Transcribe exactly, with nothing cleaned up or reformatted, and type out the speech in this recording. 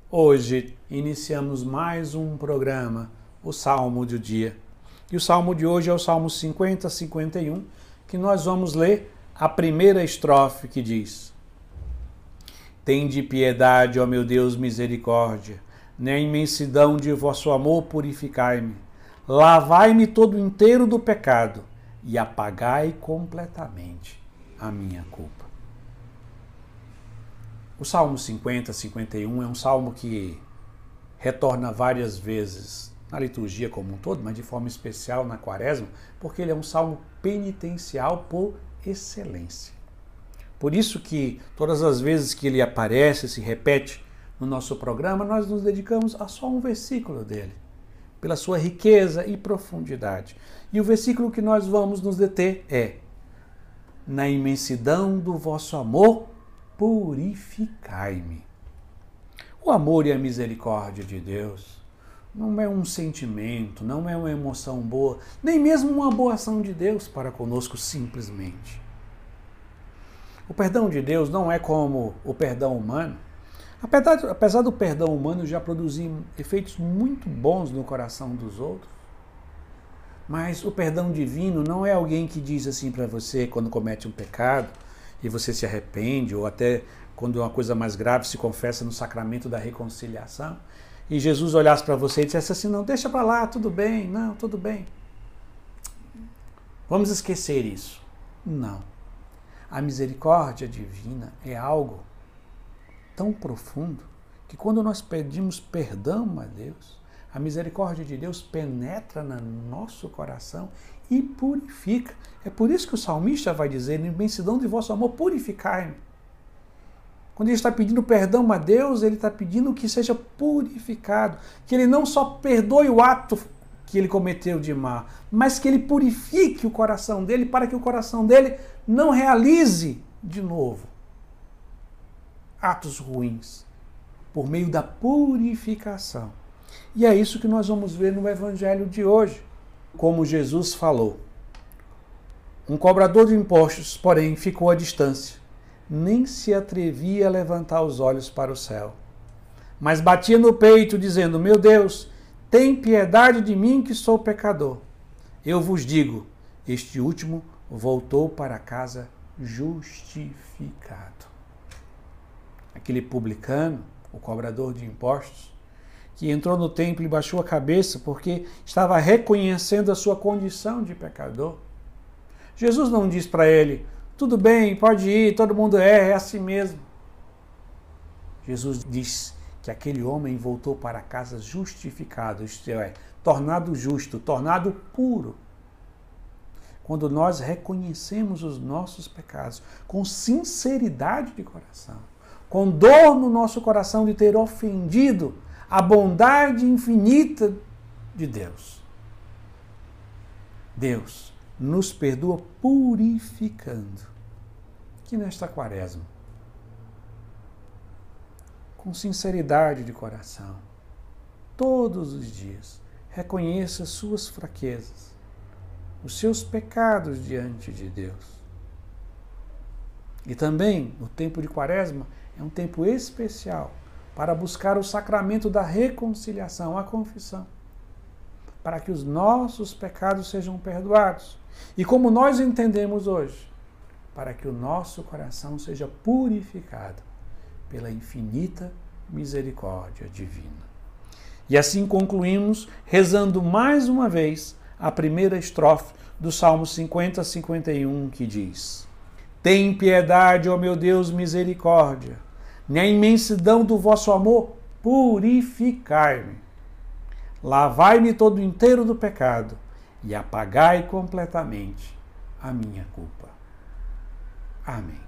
Hoje iniciamos mais um programa, o Salmo do Dia. E o Salmo de hoje é o Salmo cinquenta, cinquenta e um, que nós vamos ler a primeira estrofe que diz: Tende piedade, ó meu Deus, misericórdia, na imensidão de vosso amor purificai-me. Lavai-me todo inteiro do pecado e apagai completamente a minha culpa. O Salmo cinquenta, cinquenta e um é um salmo que retorna várias vezes na liturgia como um todo, mas de forma especial na Quaresma, porque ele é um salmo penitencial por excelência. Por isso que todas as vezes que ele aparece, se repete no nosso programa, nós nos dedicamos a só um versículo dele, pela sua riqueza e profundidade. E o versículo que nós vamos nos deter é: na imensidão do vosso amor, purificai-me. O amor e a misericórdia de Deus não é um sentimento, não é uma emoção boa, nem mesmo uma boa ação de Deus para conosco simplesmente. O perdão de Deus não é como o perdão humano. Apesar, apesar do perdão humano já produzir efeitos muito bons no coração dos outros, mas o perdão divino não é alguém que diz assim para você quando comete um pecado e você se arrepende, ou até quando uma coisa mais grave se confessa no sacramento da reconciliação, e Jesus olhasse para você e dissesse assim: não, deixa para lá, tudo bem, não, tudo bem. Vamos esquecer isso. Não. A misericórdia divina é algo tão profundo que quando nós pedimos perdão a Deus, a misericórdia de Deus penetra no nosso coração e purifica. É por isso que o salmista vai dizer: na imensidão de vosso amor, purificai-me. Quando ele está pedindo perdão a Deus, ele está pedindo que seja purificado, que ele não só perdoe o ato que ele cometeu de mal, mas que ele purifique o coração dele para que o coração dele não realize de novo atos ruins, por meio da purificação. E é isso que nós vamos ver no Evangelho de hoje. Como Jesus falou: um cobrador de impostos, porém, ficou à distância, nem se atrevia a levantar os olhos para o céu, mas batia no peito, dizendo: meu Deus, tem piedade de mim, que sou pecador. Eu vos digo, este último voltou para casa justificado. Aquele publicano, o cobrador de impostos, que entrou no templo e baixou a cabeça porque estava reconhecendo a sua condição de pecador. Jesus não diz para ele: tudo bem, pode ir, todo mundo erra, é assim mesmo. Jesus diz que aquele homem voltou para casa justificado, isto é, tornado justo, tornado puro. Quando nós reconhecemos os nossos pecados com sinceridade de coração, com dor no nosso coração de ter ofendido a bondade infinita de Deus, Deus nos perdoa purificando. Que nesta Quaresma, com sinceridade de coração, todos os dias, reconheça suas fraquezas, os seus pecados diante de Deus. E também, o tempo de Quaresma é um tempo especial para buscar o sacramento da reconciliação, a confissão, para que os nossos pecados sejam perdoados. E como nós entendemos hoje, para que o nosso coração seja purificado pela infinita misericórdia divina. E assim concluímos rezando mais uma vez a primeira estrofe do Salmo cinquenta, cinquenta e um, que diz: tem piedade, ó meu Deus, misericórdia, na imensidão do vosso amor, purificai-me. Lavai-me todo inteiro do pecado e apagai completamente a minha culpa. Amém.